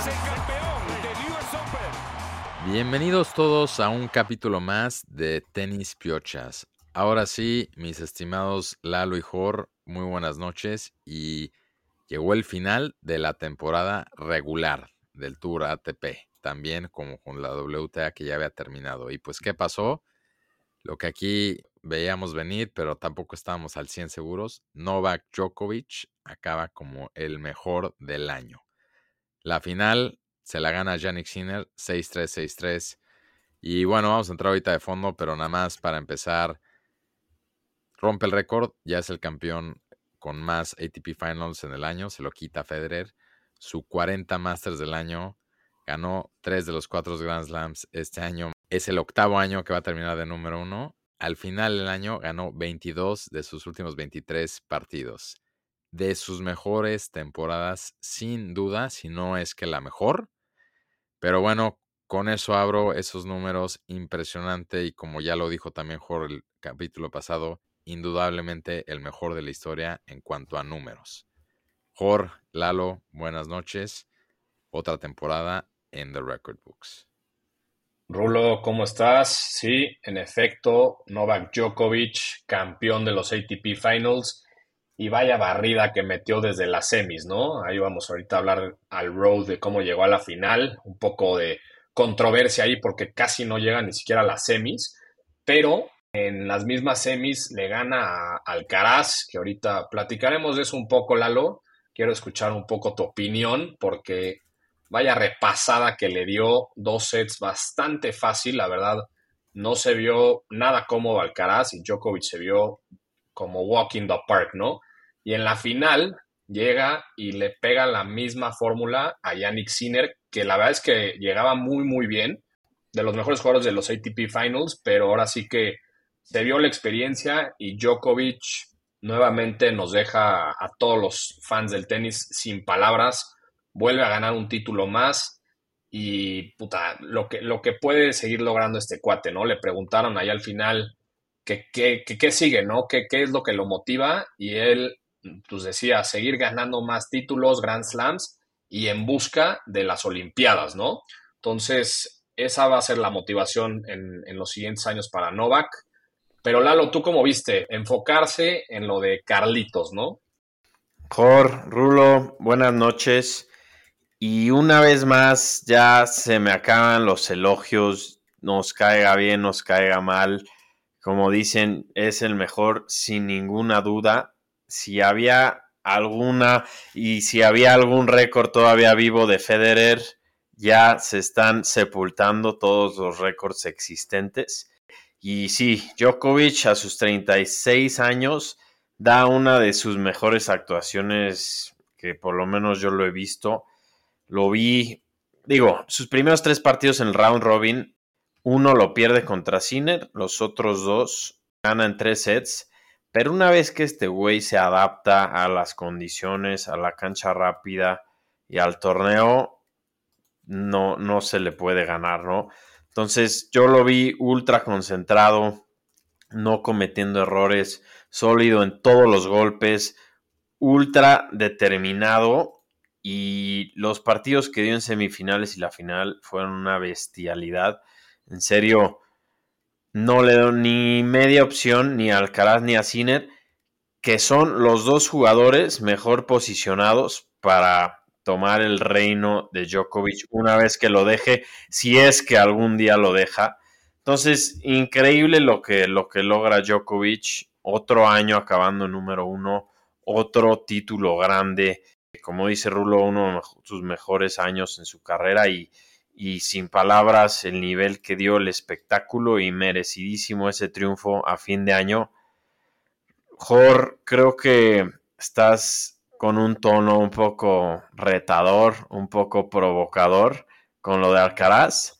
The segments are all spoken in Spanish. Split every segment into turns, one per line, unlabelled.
es el campeón del US Open.
Bienvenidos todos a un capítulo más de Tenis Piochas. Ahora sí, mis estimados Lalo y Jor, muy buenas noches y llegó el final de la temporada regular del Tour ATP, también como con la WTA que ya había terminado. Y pues, ¿qué pasó? Lo que aquí veíamos venir, pero tampoco estábamos al 100 seguros. Novak Djokovic acaba como el mejor del año. La final se la gana Jannik Sinner 6-3, 6-3. Y bueno, vamos a entrar ahorita de fondo, pero nada más para empezar, rompe el récord, ya es el campeón con más ATP Finals en el año, se lo quita Federer. Su 40 Masters del año, ganó 3 de los 4 Grand Slams este año. Es el octavo año que va a terminar de número 1. Al final del año ganó 22 de sus últimos 23 partidos. De sus mejores temporadas, sin duda, si no es que la mejor. Pero bueno, con eso abro esos números impresionante y como ya lo dijo también Jorge el capítulo pasado, indudablemente el mejor de la historia en cuanto a números. Jorge, Lalo, buenas noches. Otra temporada en The Record Books.
Rulo, ¿cómo estás? Sí, en efecto, Novak Djokovic, campeón de los ATP Finals, y vaya barrida que metió desde las semis, ¿no? Ahí vamos ahorita a hablar al road de cómo llegó a la final, un poco de controversia ahí porque casi no llega ni siquiera a las semis, pero en las mismas semis le gana a Alcaraz, que ahorita platicaremos de eso un poco, Lalo. Quiero escuchar un poco tu opinión porque vaya repasada que le dio, 2 sets bastante fácil, la verdad. No se vio nada cómodo Alcaraz y Djokovic se vio como walk in the park, ¿no? Y en la final llega y le pega la misma fórmula a Jannik Sinner, que la verdad es que llegaba muy, muy bien, de los mejores jugadores de los ATP Finals, pero ahora sí que se vio la experiencia y Djokovic nuevamente nos deja a todos los fans del tenis sin palabras, vuelve a ganar un título más y puta, lo que puede seguir logrando este cuate, ¿no? Le preguntaron ahí al final qué sigue, ¿no? ¿Qué es lo que lo motiva? Y él, pues decía, seguir ganando más títulos, Grand Slams y en busca de las Olimpiadas, ¿no? Entonces, esa va a ser la motivación en los siguientes años para Novak. Pero Lalo, ¿tú cómo viste? Enfocarse en lo de Carlitos, ¿no?
Rulo, buenas noches. Y una vez más, ya se me acaban los elogios, nos caiga bien, nos caiga mal. Como dicen, es el mejor sin ninguna duda. Si había alguna y si había algún récord todavía vivo de Federer, ya se están sepultando todos los récords existentes. Y sí, Djokovic a sus 36 años da una de sus mejores actuaciones que por lo menos yo lo he visto. Lo vi, sus primeros 3 partidos en el round robin, uno lo pierde contra Sinner, los otros 2 ganan 3 sets, pero una vez que este güey se adapta a las condiciones, a la cancha rápida y al torneo, no se le puede ganar, ¿no? Entonces yo lo vi ultra concentrado, no cometiendo errores, sólido en todos los golpes, ultra determinado y los partidos que dio en semifinales y la final fueron una bestialidad. En serio, no le doy ni media opción ni a Alcaraz ni a Sinner, que son los dos jugadores mejor posicionados para tomar el reino de Djokovic una vez que lo deje, si es que algún día lo deja. Entonces, increíble lo que logra Djokovic, otro año acabando número 1, otro título grande, como dice Rulo, uno de sus mejores años en su carrera y sin palabras el nivel que dio el espectáculo y merecidísimo ese triunfo a fin de año. Jor, creo que estás con un tono un poco retador, un poco provocador con lo de Alcaraz.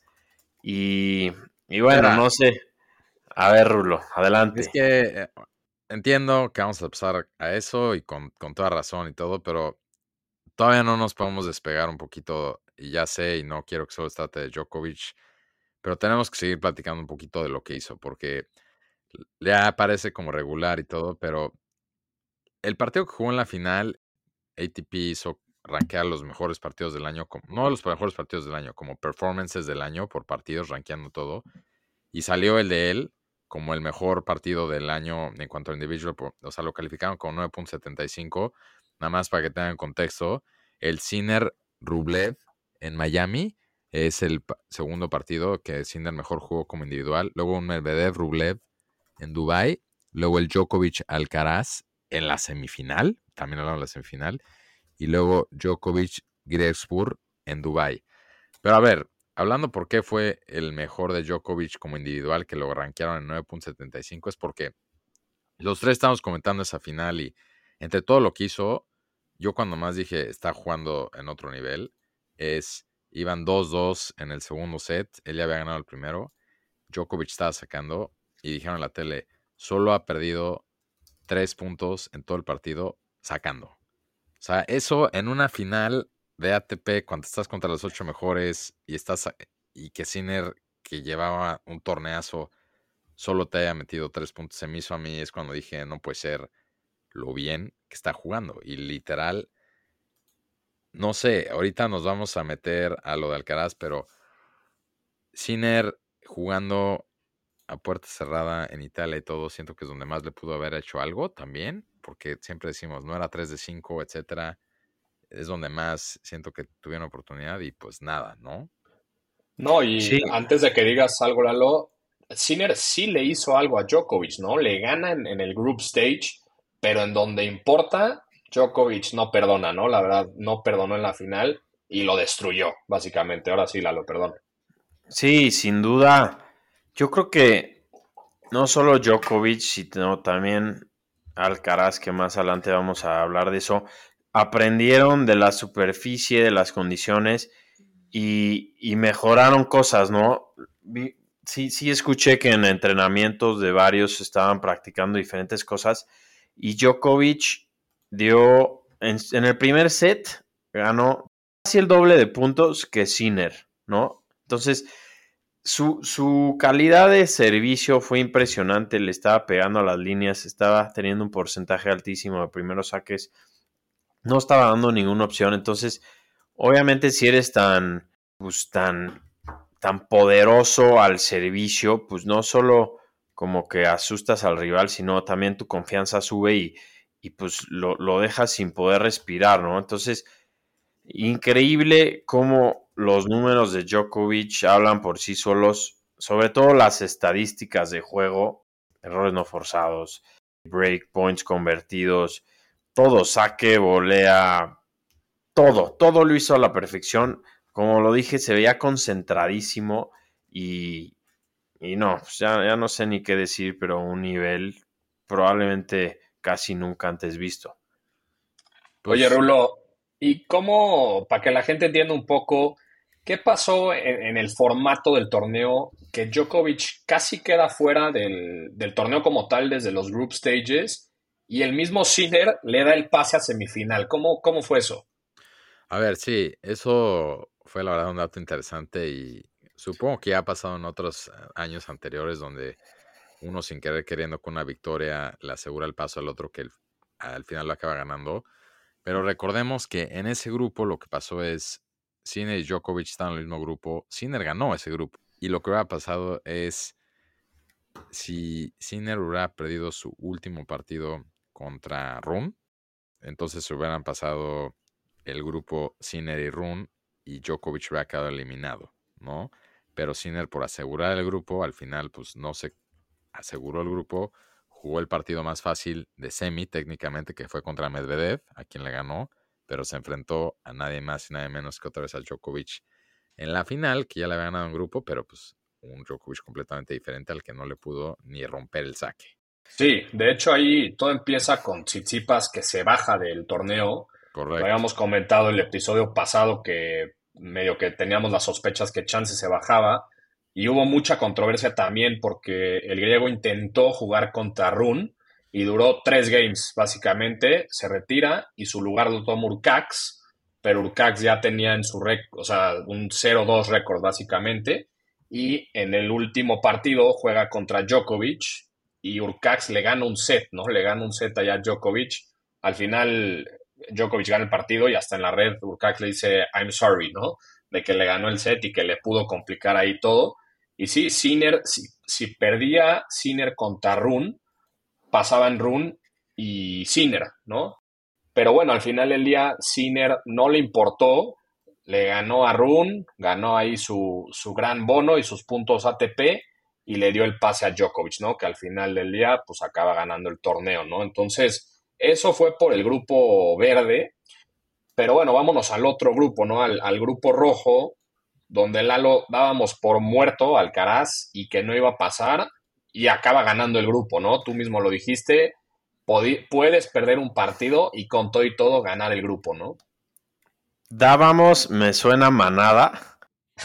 Y bueno,
Espera,
no sé. A ver, Rulo,
es
adelante.
que entiendo que vamos a pasar a eso y con toda razón y todo, pero todavía no nos podemos despegar un poquito, y ya sé, y no quiero que solo se trate de Djokovic, pero tenemos que seguir platicando un poquito de lo que hizo, porque ya parece como regular y todo, pero el partido que jugó en la final, ATP hizo rankear los mejores partidos del año, no los mejores partidos del año, como performances del año por partidos, rankeando todo. Y salió el de él como el mejor partido del año en cuanto a individual, o sea, lo calificaron con 9.75. Nada más para que tengan contexto, el Sinner Rublev en Miami es el segundo partido que Sinner mejor jugó como individual. Luego un Medvedev Rublev en Dubai. Luego el Djokovic Alcaraz en la semifinal. También hablaron de la semifinal. Y luego Djokovic Grevspur en Dubai. Pero a ver, hablando por qué fue el mejor de Djokovic como individual, que lo rankearon en 9.75, es porque los tres estamos comentando esa final y entre todo lo que hizo, yo cuando más dije está jugando en otro nivel, iban 2-2 en el segundo set, él ya había ganado el primero, Djokovic estaba sacando y dijeron en la tele, solo ha perdido 3 puntos en todo el partido sacando. O sea, eso en una final de ATP, cuando estás contra los 8 mejores y que Sinner, que llevaba un torneazo, solo te haya metido 3 puntos, se me hizo a mí, es cuando dije, no puede ser lo bien que está jugando. Y literal, no sé, ahorita nos vamos a meter a lo de Alcaraz, pero Sinner jugando a puerta cerrada en Italia y todo, siento que es donde más le pudo haber hecho algo también, porque siempre decimos, no era 3 de 5, etcétera. Es donde más siento que tuvieron oportunidad y pues nada, ¿no?
No, y
Sí,
antes de que digas algo, Lalo, Sinner sí le hizo algo a Djokovic, ¿no? Le gana en el group stage, pero en donde importa, Djokovic no perdona, ¿no? La verdad, no perdonó en la final y lo destruyó, básicamente. Ahora sí, Lalo, perdón.
sí, sin duda. Yo creo que no solo Djokovic, sino también Alcaraz, que más adelante vamos a hablar de eso, aprendieron de la superficie, de las condiciones y mejoraron cosas, ¿no? Sí escuché que en entrenamientos de varios estaban practicando diferentes cosas y Djokovic dio, en el primer set, ganó casi el doble de puntos que Sinner, ¿no? Entonces, su calidad de servicio fue impresionante, le estaba pegando a las líneas, estaba teniendo un porcentaje altísimo de primeros saques, no estaba dando ninguna opción, entonces obviamente si eres pues, tan poderoso al servicio, pues no solo como que asustas al rival, sino también tu confianza sube y pues lo dejas sin poder respirar, ¿no? Entonces, increíble cómo los números de Djokovic hablan por sí solos, sobre todo las estadísticas de juego, errores no forzados, break points convertidos, todo, saque, volea, todo lo hizo a la perfección. Como lo dije, se veía concentradísimo y, y no, pues ya no sé ni qué decir, pero un nivel probablemente casi nunca antes visto.
Oye,
Pues,
Rulo, ¿y cómo, para que la gente entienda un poco, qué pasó en el formato del torneo que Djokovic casi queda fuera del torneo como tal desde los group stages y el mismo Sinner le da el pase a semifinal? ¿Cómo fue eso?
a ver, sí, eso fue la verdad un dato interesante y supongo que ya ha pasado en otros años anteriores donde uno sin querer queriendo con una victoria le asegura el paso al otro que al final lo acaba ganando. Pero recordemos que en ese grupo lo que pasó es Sinner y Djokovic están en el mismo grupo. Sinner ganó ese grupo. Y lo que hubiera pasado es si Sinner hubiera perdido su último partido contra Rune, entonces se hubieran pasado el grupo Sinner y Rune y Djokovic hubiera quedado eliminado, ¿no? Pero Sinner por asegurar el grupo, al final pues no se aseguró el grupo, jugó el partido más fácil de semi técnicamente que fue contra Medvedev, a quien le ganó, pero se enfrentó a nadie más y nadie menos que otra vez a Djokovic en la final, que ya le había ganado en grupo, pero pues un Djokovic completamente diferente al que no le pudo ni romper el saque.
Sí, de hecho ahí todo empieza con Tsitsipas que se baja del torneo. Lo
Correcto.
habíamos comentado el episodio pasado que medio que teníamos las sospechas que Chance se bajaba y hubo mucha controversia también porque el griego intentó jugar contra Rune y duró 3 games básicamente, se retira y su lugar lo toma Urcax, pero Urcax ya tenía en su récord, o sea, un 0-2 récord básicamente y en el último partido juega contra Djokovic y Urcax le gana un set, ¿no? Le gana un set allá a Djokovic. Al final Djokovic gana el partido y hasta en la red Urcax le dice I'm sorry, ¿no? De que le ganó el set y que le pudo complicar ahí todo. Y sí, Sinner, si perdía Sinner contra Rune, pasaban Rune y Sinner, ¿no? Pero bueno, al final del día, Sinner no le importó, le ganó a Rune, ganó ahí su gran bono y sus puntos ATP y le dio el pase a Djokovic, ¿no? Que al final del día, pues acaba ganando el torneo, ¿no? Entonces, eso fue por el grupo verde. Pero bueno, vámonos al otro grupo, ¿no? Al grupo rojo, donde Lalo dábamos por muerto a Alcaraz y que no iba a pasar y acaba ganando el grupo, ¿no? Tú mismo lo dijiste, puedes perder un partido y con todo y todo ganar el grupo, ¿no?
Dábamos, me suena manada,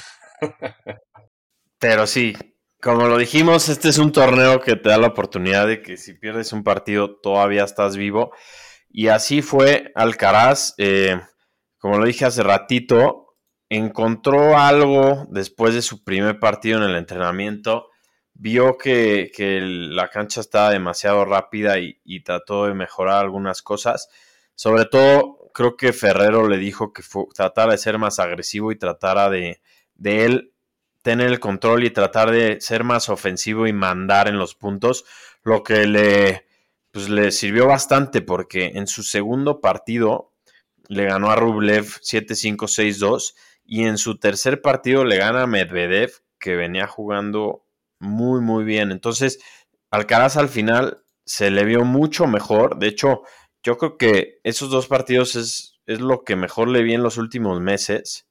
pero sí, como lo dijimos, este es un torneo que te da la oportunidad de que si pierdes un partido todavía estás vivo. Y así fue Alcaraz, como lo dije hace ratito, encontró algo después de su primer partido en el entrenamiento, vio que la cancha estaba demasiado rápida y trató de mejorar algunas cosas. Sobre todo, creo que Ferrero le dijo que tratara de ser más agresivo y tratara de él tener el control y tratar de ser más ofensivo y mandar en los puntos, lo que le sirvió bastante porque en su segundo partido le ganó a Rublev 7-5, 6-2 y en su tercer partido le gana a Medvedev, que venía jugando muy, muy bien. Entonces, Alcaraz al final se le vio mucho mejor. De hecho, yo creo que esos dos partidos es lo que mejor le vi en los últimos meses.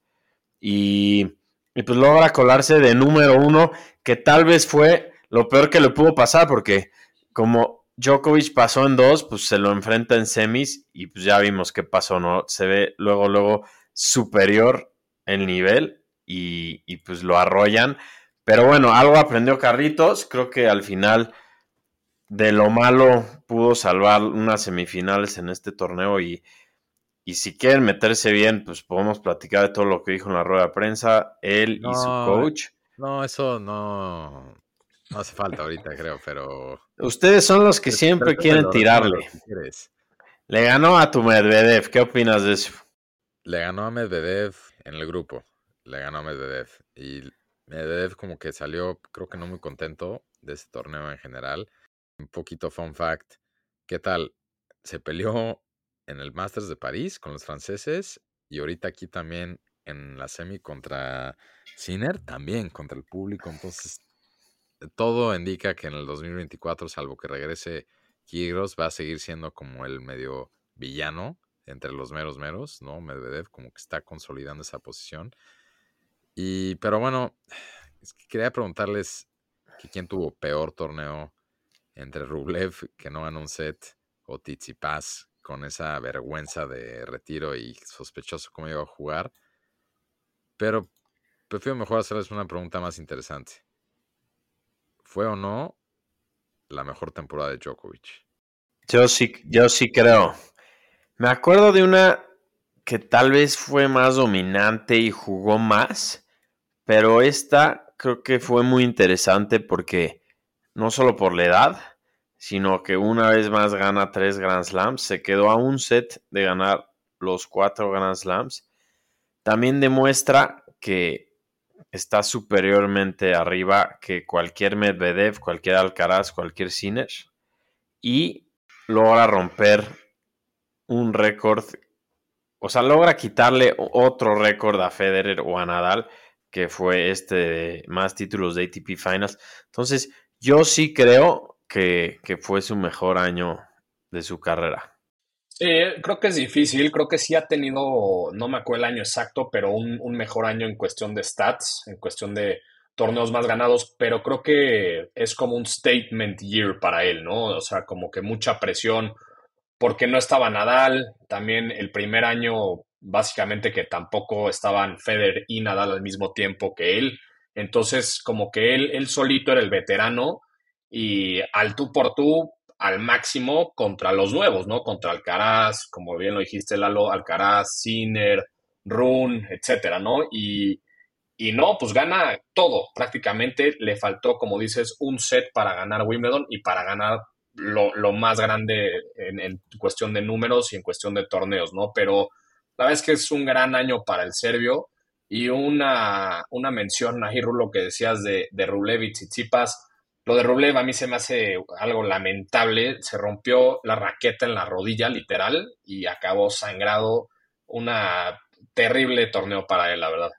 Y pues logra colarse de número uno, que tal vez fue lo peor que le pudo pasar, porque como Djokovic pasó en dos, pues se lo enfrenta en semis y pues ya vimos qué pasó, ¿no? Se ve luego superior el nivel y pues lo arrollan. Pero bueno, algo aprendió Carlitos, creo que al final de lo malo pudo salvar unas semifinales en este torneo y si quieren meterse bien, pues podemos platicar de todo lo que dijo en la rueda de prensa, él y su coach.
No, eso no hace falta ahorita, creo, pero...
Ustedes son los que siempre quieren tirarle.
Si quieres.
Le ganó a tu Medvedev, ¿qué opinas de eso?
Le ganó a Medvedev en el grupo, le ganó a Medvedev y Medvedev como que salió, creo que no muy contento de ese torneo en general. Un poquito fun fact, ¿qué tal? Se peleó en el Masters de París con los franceses y ahorita aquí también en la semi contra Sinner, también contra el público. Entonces, todo indica que en el 2024, salvo que regrese Kyrgios, va a seguir siendo como el medio villano entre los meros, ¿no? Medvedev como que está consolidando esa posición. Pero bueno, es que quería preguntarles que quién tuvo peor torneo entre Rublev, que no ganó un set, o Tsitsipas, con esa vergüenza de retiro y sospechoso cómo iba a jugar. Pero prefiero mejor hacerles una pregunta más interesante. ¿Fue o no la mejor temporada de Djokovic?
Yo sí creo. Me acuerdo de una que tal vez fue más dominante y jugó más, pero esta creo que fue muy interesante porque no solo por la edad, sino que una vez más gana 3 Grand Slams, se quedó a un set de ganar los 4 Grand Slams. También demuestra que está superiormente arriba que cualquier Medvedev, cualquier Alcaraz, cualquier Sinner y logra romper un récord, o sea, logra quitarle otro récord a Federer o a Nadal, que fue de más títulos de ATP Finals. Entonces, yo sí creo que fue su mejor año de su carrera.
Sí, creo que es difícil, creo que sí ha tenido, no me acuerdo el año exacto, pero un mejor año en cuestión de stats, en cuestión de torneos más ganados, pero creo que es como un statement year para él, ¿no? O sea, como que mucha presión porque no estaba Nadal, también el primer año básicamente que tampoco estaban Federer y Nadal al mismo tiempo que él, entonces como que él solito era el veterano y al tú por tú, al máximo contra los nuevos, ¿no? Contra Alcaraz, como bien lo dijiste Lalo, Alcaraz, Sinner, Rune, etcétera, ¿no? Y no, pues gana todo, prácticamente le faltó, como dices, un set para ganar Wimbledon y para ganar lo más grande en cuestión de números y en cuestión de torneos, ¿no? Pero la verdad es que es un gran año para el serbio. Y una mención ahí, Rulo, que decías de Rublev y Tsitsipas. Lo de Rublev a mí se me hace algo lamentable. Se rompió la raqueta en la rodilla, literal, y acabó sangrado. Una terrible torneo para él, la verdad.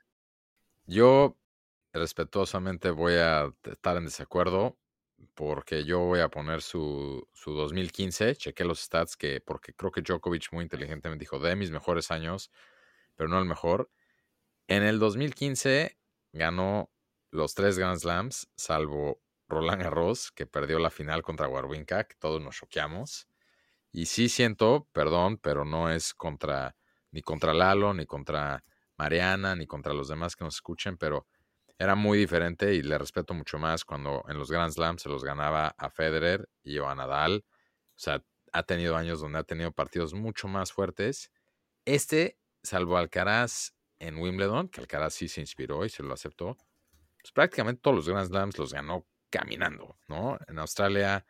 Yo respetuosamente voy a estar en desacuerdo porque yo voy a poner su 2015. Chequé los stats porque creo que Djokovic muy inteligentemente dijo de mis mejores años, pero no el mejor. En el 2015 ganó los 3 Grand Slams, salvo Roland Garros, que perdió la final contra Wawrinka, que todos nos choqueamos. Y sí siento, perdón, pero no es ni contra Lalo, ni contra Mariana, ni contra los demás que nos escuchen, pero era muy diferente y le respeto mucho más cuando en los Grand Slams se los ganaba a Federer y a Nadal. O sea, ha tenido años donde ha tenido partidos mucho más fuertes. Salvo Alcaraz en Wimbledon, que Alcaraz sí se inspiró y se lo aceptó, pues prácticamente todos los Grand Slams los ganó caminando, ¿no? En Australia,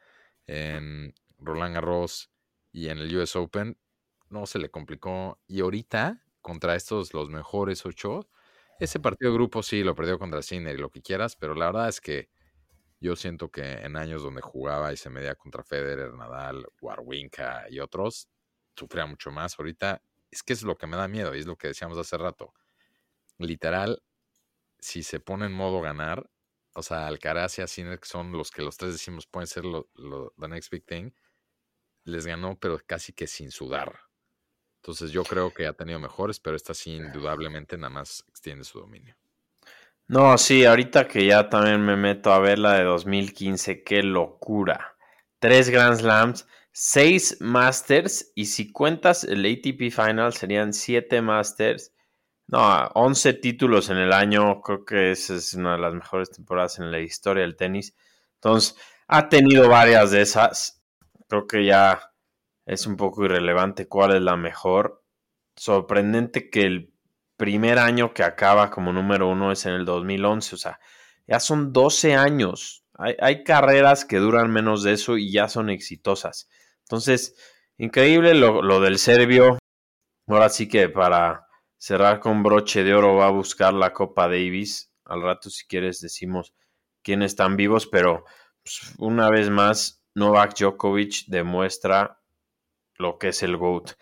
en Roland Garros y en el US Open no se le complicó. Y ahorita, contra los mejores 8, ese partido de grupo sí lo perdió contra Sinner y lo que quieras, pero la verdad es que yo siento que en años donde jugaba y se medía contra Federer, Nadal, Wawrinka y otros, sufría mucho más. Ahorita es que es lo que me da miedo y es lo que decíamos hace rato. Literal, si se pone en modo ganar, o sea, Alcaraz y Sinner, que son los que los tres decimos pueden ser the next big thing, les ganó, pero casi que sin sudar. Entonces yo creo que ha tenido mejores, pero esta sí indudablemente nada más extiende su dominio.
No, sí, ahorita que ya también me meto a ver la de 2015, qué locura. 3 Grand Slams, 6 Masters y si cuentas el ATP Final serían 7 Masters. No, 11 títulos en el año, creo que esa es una de las mejores temporadas en la historia del tenis. Entonces, ha tenido varias de esas. Creo que ya es un poco irrelevante cuál es la mejor. Sorprendente que el primer año que acaba como número 1 es en el 2011. O sea, ya son 12 años. Hay carreras que duran menos de eso y ya son exitosas. Entonces, increíble lo del serbio. Ahora sí que para cerrar con broche de oro va a buscar la Copa Davis. Al rato, si quieres, decimos quiénes están vivos, pero pues, una vez más, Novak Djokovic demuestra lo que es el GOAT.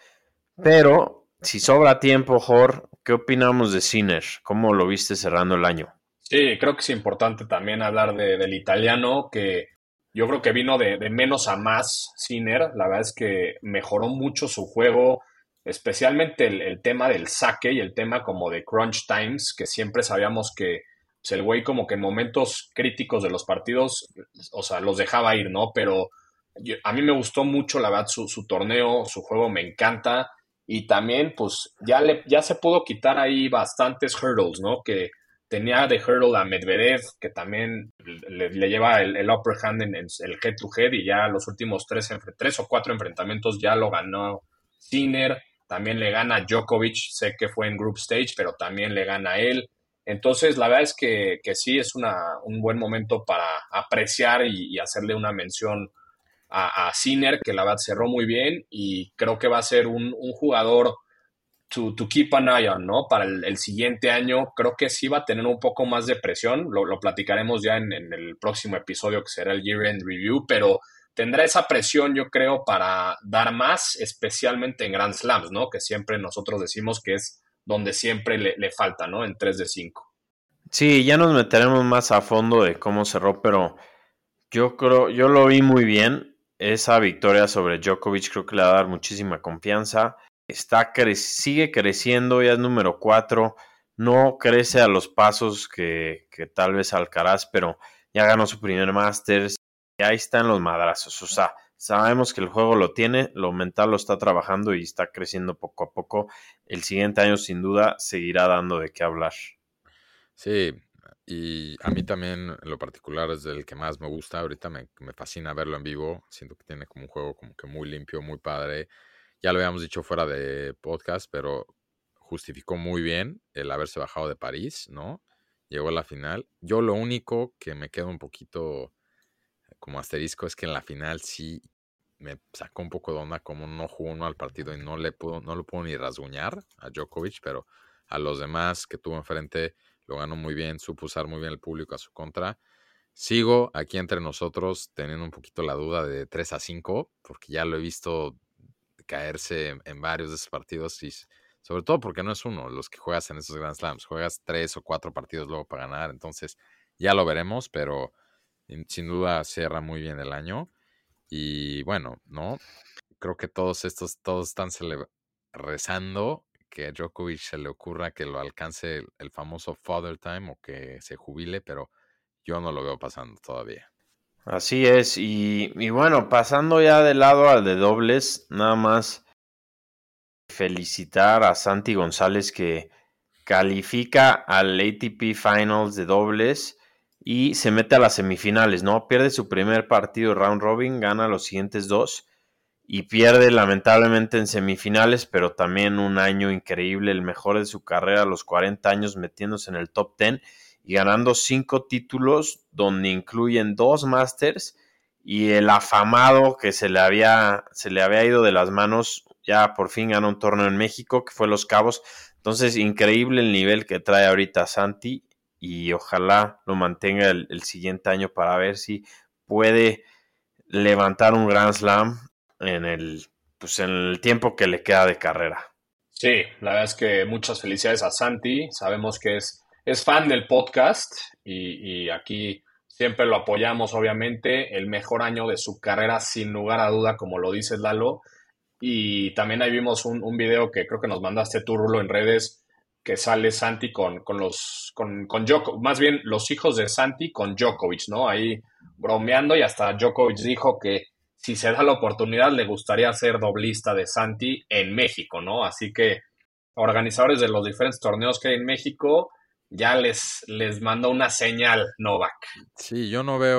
Pero, si sobra tiempo, Jor, ¿qué opinamos de Sinner? ¿Cómo lo viste cerrando el año?
Sí, creo que es importante también hablar del italiano, que yo creo que vino de menos a más Sinner. La verdad es que mejoró mucho su juego, especialmente el tema del saque y el tema como de crunch times, que siempre sabíamos que pues, el güey como que en momentos críticos de los partidos, o sea, los dejaba ir, ¿no? Pero a mí me gustó mucho, la verdad, su torneo, su juego me encanta. Y también, pues, ya se pudo quitar ahí bastantes hurdles, ¿no? Que tenía de hurdle a Medvedev, que también le lleva el upper hand en el head to head, y ya los últimos tres o cuatro enfrentamientos ya lo ganó Sinner. También le gana Djokovic, sé que fue en group stage, pero también le gana a él. Entonces, la verdad es que sí es un buen momento para apreciar y hacerle una mención a Sinner, que la verdad cerró muy bien y creo que va a ser un jugador to keep an eye on, ¿no? Para el siguiente año, creo que sí va a tener un poco más de presión, lo platicaremos ya en el próximo episodio que será el Year-End Review, pero tendrá esa presión, yo creo, para dar más, especialmente en Grand Slams, ¿no? Que siempre nosotros decimos que es donde siempre le falta, ¿no? En 3 de 5.
Sí, ya nos meteremos más a fondo de cómo cerró, pero yo lo vi muy bien. Esa victoria sobre Djokovic creo que le va a dar muchísima confianza. Sigue creciendo, ya es número 4. No crece a los pasos que tal vez Alcaraz, pero ya ganó su primer Masters. Y ahí están los madrazos. O sea, sabemos que el juego lo tiene, lo mental lo está trabajando y está creciendo poco a poco. El siguiente año, sin duda, seguirá dando de qué hablar.
Sí, y a mí también en lo particular es el que más me gusta. Ahorita me fascina verlo en vivo. Siento que tiene como un juego como que muy limpio, muy padre. Ya lo habíamos dicho fuera de podcast, pero justificó muy bien el haberse bajado de París, ¿no? Llegó a la final. Yo lo único que me queda un poquito como asterisco es que en la final sí me sacó un poco de onda como no jugó uno al partido y no lo pudo ni rasguñar a Djokovic, pero a los demás que tuvo enfrente lo ganó muy bien, supo usar muy bien el público a su contra. Sigo aquí entre nosotros teniendo un poquito la duda de 3-5, porque ya lo he visto caerse en varios de esos partidos y sobre todo porque no es uno los que juegas en esos Grand Slams, juegas 3 o 4 partidos luego para ganar, entonces ya lo veremos, pero sin duda cierra muy bien el año y bueno, ¿no? Creo que todos están rezando que a Djokovic se le ocurra que lo alcance el famoso Father Time o que se jubile, pero yo no lo veo pasando todavía.
Así es, y bueno, pasando ya de lado al de dobles, nada más felicitar a Santi González que califica al ATP Finals de dobles y se mete a las semifinales, ¿no? Pierde su primer partido round robin, gana los siguientes 2 y pierde lamentablemente en semifinales, pero también un año increíble, el mejor de su carrera a los 40 años, metiéndose en el top 10 y ganando 5 títulos, donde incluyen 2 Masters y el afamado que se le había ido de las manos, ya por fin ganó un torneo en México, que fue Los Cabos. Entonces, increíble el nivel que trae ahorita Santi y ojalá lo mantenga el siguiente año para ver si puede levantar un Grand Slam en el tiempo que le queda de carrera.
Sí, la verdad es que muchas felicidades a Santi. Sabemos que es fan del podcast y aquí siempre lo apoyamos, obviamente. El mejor año de su carrera, sin lugar a duda, como lo dices, Lalo. Y también ahí vimos un video que creo que nos mandaste tú, Rulo, en redes, que sale Santi con Djokovic, más bien los hijos de Santi con Djokovic, ¿no? Ahí bromeando y hasta Djokovic dijo que si se da la oportunidad le gustaría ser doblista de Santi en México, ¿no? Así que organizadores de los diferentes torneos que hay en México ya les mandó una señal Novak.
Sí,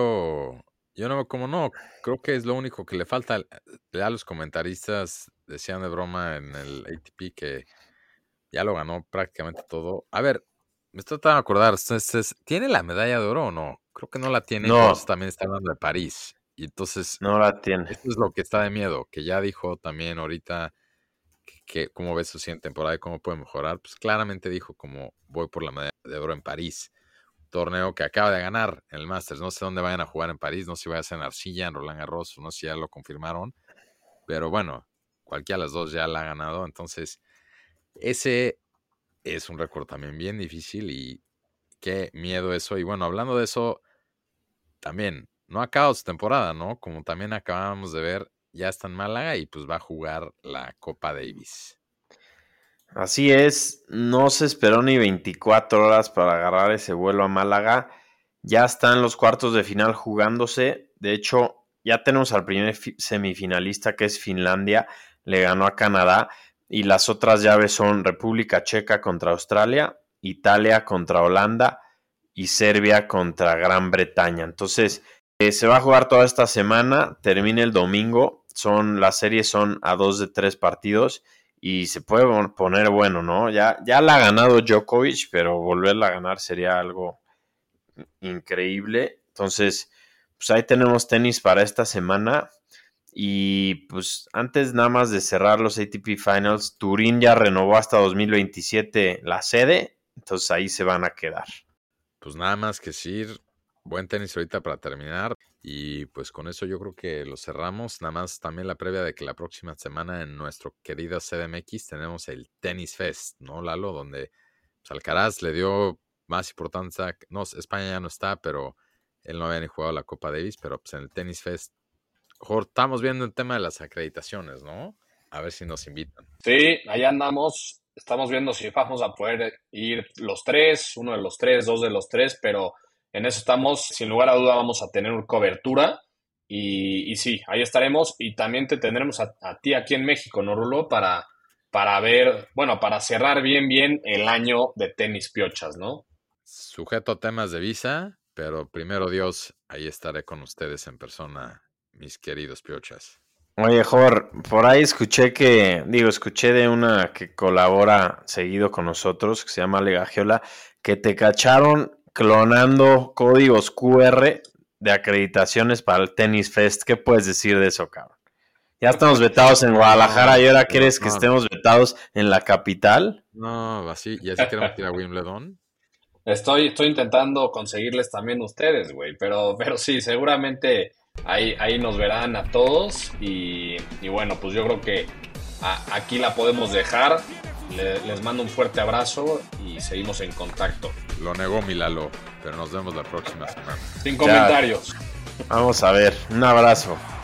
como no, creo que es lo único que le falta. Ya los comentaristas decían de broma en el ATP que ya lo ganó prácticamente todo. A ver, me estoy tratando de acordar, ¿tiene la medalla de oro o no? Creo que no la tiene, por eso
No,
también está hablando de París. Y entonces,
no la tiene.
esto es lo que está de miedo, que ya dijo también ahorita que cómo ve su siguiente temporada y cómo puede mejorar. Pues claramente dijo como voy por la medalla de oro en París. Torneo que acaba de ganar en el Masters. No sé dónde vayan a jugar en París, no sé si vaya a ser en Arcilla, en Roland Garros, no sé si ya lo confirmaron. Pero bueno, cualquiera de las dos ya la ha ganado. Entonces, ese es un récord también bien difícil y qué miedo eso. Y bueno, hablando de eso, también no ha acabado su temporada, ¿no? Como también acabamos de ver, ya está en Málaga y pues va a jugar la Copa Davis.
Así es, no se esperó ni 24 horas para agarrar ese vuelo a Málaga. Ya están los cuartos de final jugándose. De hecho, ya tenemos al primer semifinalista, que es Finlandia. Le ganó a Canadá. Y las otras llaves son República Checa contra Australia, Italia contra Holanda y Serbia contra Gran Bretaña. Entonces, se va a jugar toda esta semana. Termina el domingo. Las series son a 2 de 3 partidos. Y se puede poner bueno, ¿no? Ya la ha ganado Djokovic, pero volverla a ganar sería algo increíble. Entonces, pues ahí tenemos tenis para esta semana. Y pues antes nada más de cerrar los ATP Finals, Turín ya renovó hasta 2027 la sede, entonces ahí se van a quedar.
Pues nada más que decir, buen tenis ahorita para terminar. Y pues con eso yo creo que lo cerramos. Nada más también la previa de que la próxima semana en nuestro querido CDMX tenemos el Tennis Fest, ¿no, Lalo? Donde pues, Alcaraz le dio más importancia. No, España ya no está, pero él no había ni jugado la Copa Davis. Pero pues en el Tennis Fest, mejor estamos viendo el tema de las acreditaciones, ¿no? A ver si nos invitan.
Sí, ahí andamos. Estamos viendo si vamos a poder ir los tres, uno de los tres, dos de los tres, pero en eso estamos. Sin lugar a duda vamos a tener cobertura y sí, ahí estaremos y también te tendremos a ti aquí en México, ¿no, Rulo? Para ver, bueno, para cerrar bien el año de tenis piochas, ¿no?
Sujeto a temas de visa, pero primero Dios, ahí estaré con ustedes en persona, mis queridos piochas.
Oye, Jor, por ahí escuché de una que colabora seguido con nosotros, que se llama Legagiola, que te cacharon clonando códigos QR de acreditaciones para el Tennis Fest. ¿Qué puedes decir de eso, cabrón? Ya estamos vetados en Guadalajara y ahora quieres que
no.
estemos vetados en la capital.
No, así, y así queremos ir a Wimbledon.
Estoy intentando conseguirles también ustedes, güey, pero sí, seguramente ahí nos verán a todos y bueno, pues yo creo que aquí la podemos dejar. Les mando un fuerte abrazo y seguimos en contacto.
Lo negó mi Lalo, pero nos vemos la próxima semana.
Sin comentarios.
Vamos a ver, un abrazo.